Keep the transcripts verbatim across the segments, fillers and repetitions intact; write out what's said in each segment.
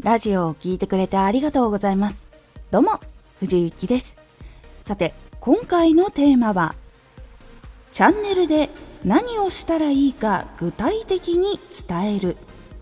ラジオを聞いてくれてありがとうございます。どうも、藤幸です。さて、今回のテーマは、チャンネルで何をしたらいいか具体的に伝える。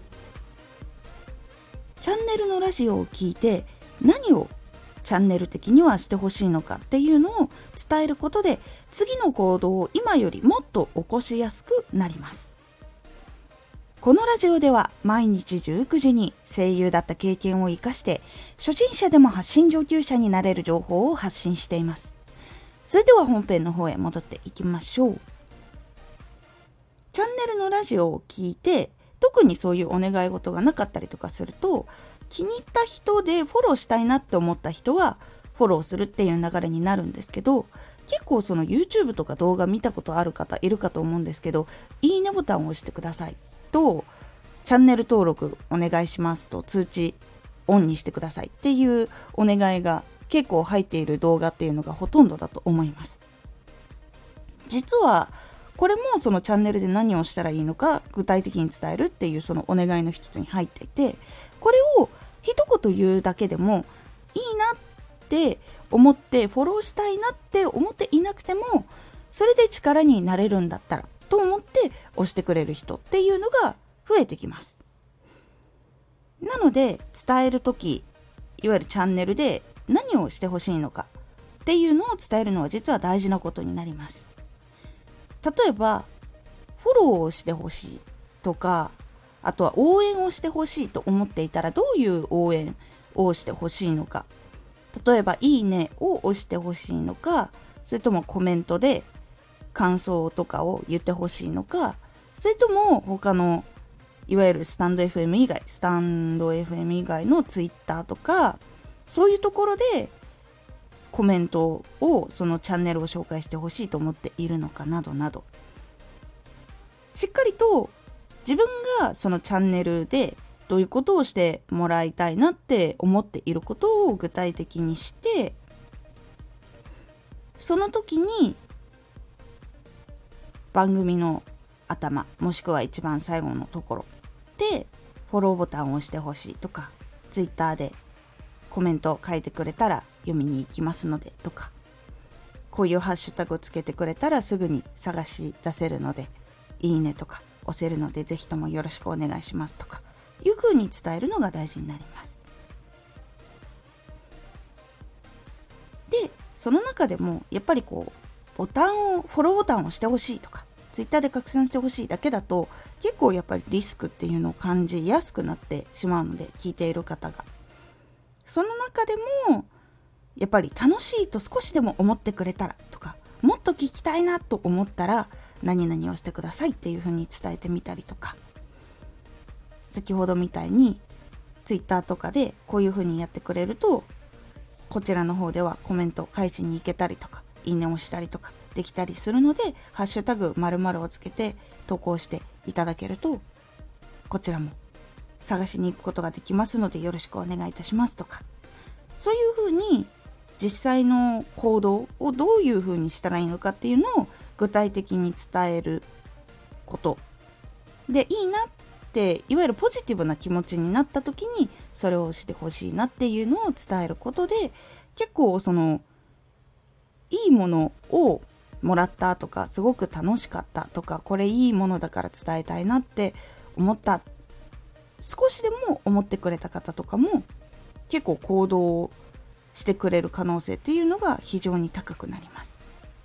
チャンネルのラジオを聞いて何をチャンネル的にはしてほしいのかっていうのを伝えることで、次の行動を今よりもっと起こしやすくなります。このラジオでは毎日じゅうくじに声優だった経験を生かして初心者でも発信上級者になれる情報を発信しています。それでは本編の方へ戻っていきましょう。チャンネルのラジオを聞いて特にそういうお願い事がなかったりとかすると、気に入った人でフォローしたいなって思った人はフォローするっていう流れになるんですけど、結構その YouTube とか動画見たことある方いるかと思うんですけど、いいねボタンを押してくださいと、チャンネル登録お願いしますと通知オンにしてくださいっていうお願いが結構入っている動画っていうのがほとんどだと思います。実はこれもそのチャンネルで何をしたらいいのか具体的に伝えるっていうそのお願いの一つに入っていて、これを一言言うだけでもいいなって思ってフォローしたいなって思っていなくても、それで力になれるんだったらと思って押してくれる人っていうのが増えてきます。なので伝えるとき、いわゆるチャンネルで何をしてほしいのかっていうのを伝えるのは実は大事なことになります。例えばフォローをしてほしいとか、あとは応援をしてほしいと思っていたら、どういう応援をしてほしいのか、例えばいいねを押してほしいのか、それともコメントで感想とかを言ってほしいのか、それとも他のいわゆるスタンド エフエム 以外スタンド エフエム 以外のツイッターとか、そういうところでコメントをそのチャンネルを紹介してほしいと思っているのかなどなど、しっかりと自分がそのチャンネルでどういうことをしてもらいたいなって思っていることを具体的にして、その時に番組の頭もしくは一番最後のところでフォローボタンを押してほしいとか、ツイッターでコメントを書いてくれたら読みに行きますのでとか、こういうハッシュタグをつけてくれたらすぐに探し出せるのでいいねとか押せるのでぜひともよろしくお願いしますとかいう風に伝えるのが大事になります。で、その中でもやっぱりこうボタンをフォローボタンを押してほしいとかツイッターで拡散してほしいだけだと、結構やっぱりリスクっていうのを感じやすくなってしまうので、聞いている方がその中でもやっぱり楽しいと少しでも思ってくれたらとか、もっと聞きたいなと思ったら何々をしてくださいっていう風に伝えてみたりとか、先ほどみたいにツイッターとかでこういう風にやってくれると、こちらの方ではコメント返しに行けたりとか、いいねをしたりとかできたりするので、ハッシュタグ〇〇をつけて投稿していただけると、こちらも探しに行くことができますのでよろしくお願いいたしますとか、そういう風に実際の行動をどういう風にしたらいいのかっていうのを具体的に伝えることでいいなって、いわゆるポジティブな気持ちになった時にそれをしてほしいなっていうのを伝えることで、結構そのいいものをもらったとか、すごく楽しかったとか、これいいものだから伝えたいなって思った、少しでも思ってくれた方とかも結構行動してくれる可能性っていうのが非常に高くなります。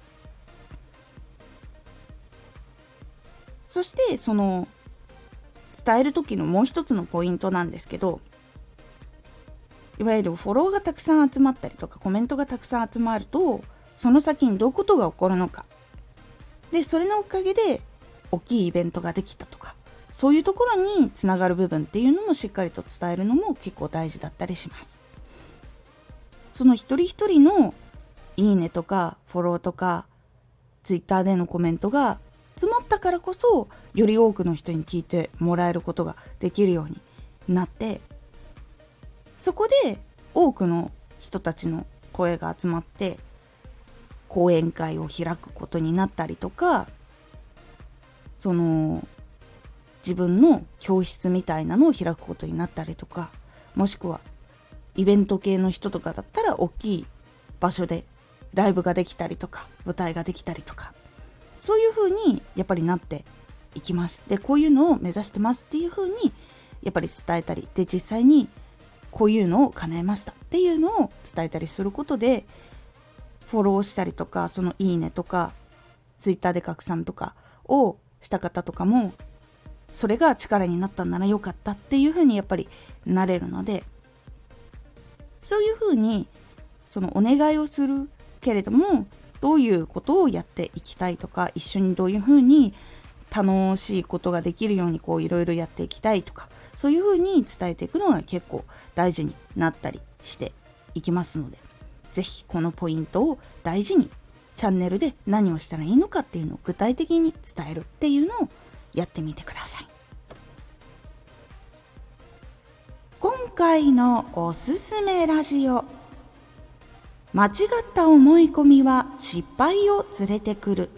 そしてその伝える時のもう一つのポイントなんですけど、いわゆるフォローがたくさん集まったりとかコメントがたくさん集まると、その先にどういうことが起こるのか、でそれのおかげで大きいイベントができたとか、そういうところにつながる部分っていうのもしっかりと伝えるのも結構大事だったりします。その一人一人のいいねとかフォローとかツイッターでのコメントが積もったからこそ、より多くの人に聞いてもらえることができるようになって、そこで多くの人たちの声が集まって講演会を開くことになったりとか、その自分の教室みたいなのを開くことになったりとか、 もしくはイベント系の人とかだったら大きい場所でライブができたりとか舞台ができたりとか、そういう風にやっぱりなっていきます。でこういうのを目指してますっていう風にやっぱり伝えたり、で実際にこういうのを叶えましたっていうのを伝えたりすることで、フォローしたりとか、そのいいねとかツイッターで拡散とかをした方とかも、それが力になったんならよかったっていう風にやっぱりなれるので、そういう風にそのお願いをするけれども、どういうことをやっていきたいとか、一緒にどういう風に楽しいことができるようにこういろいろやっていきたいとか、そういう風に伝えていくのが結構大事になったりしていきますので、ぜひこのポイントを大事にチャンネルで何をしたらいいのかっていうのを具体的に伝えるっていうのをやってみてください。今回のおすすめラジオ、間違った思い込みは失敗を連れてくる。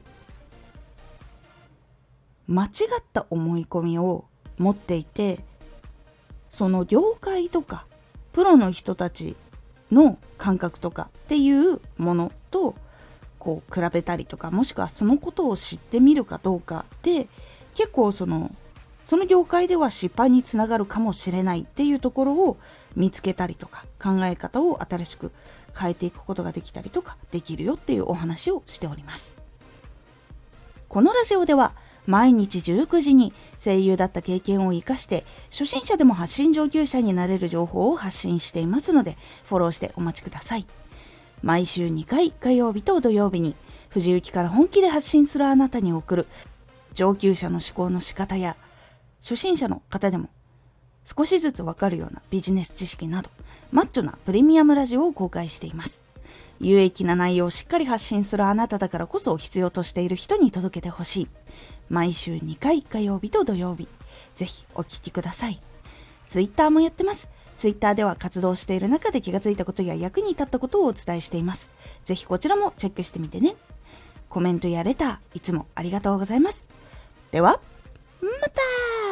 間違った思い込みを持っていて、その業界とかプロの人たちの感覚とかっていうものとこう比べたりとか、もしくはそのことを知ってみるかどうかで、結構そのその業界では失敗につながるかもしれないっていうところを見つけたりとか、考え方を新しく変えていくことができたりとかできるよっていうお話をしております。このラジオでは毎日じゅうくじに声優だった経験を生かして初心者でも発信上級者になれる情報を発信していますので、フォローしてお待ちください。毎週にかい、火曜日と土曜日に藤雪から本気で発信するあなたに送る上級者の思考の仕方や、初心者の方でも少しずつわかるようなビジネス知識など、マッチョなプレミアムラジオを公開しています。有益な内容をしっかり発信するあなただからこそ必要としている人に届けてほしい。毎週にかい、火曜日と土曜日、ぜひお聞きください。ツイッターもやってます。ツイッターでは活動している中で気がついたことや役に立ったことをお伝えしています。ぜひこちらもチェックしてみてね。コメントやレターいつもありがとうございます。ではまた。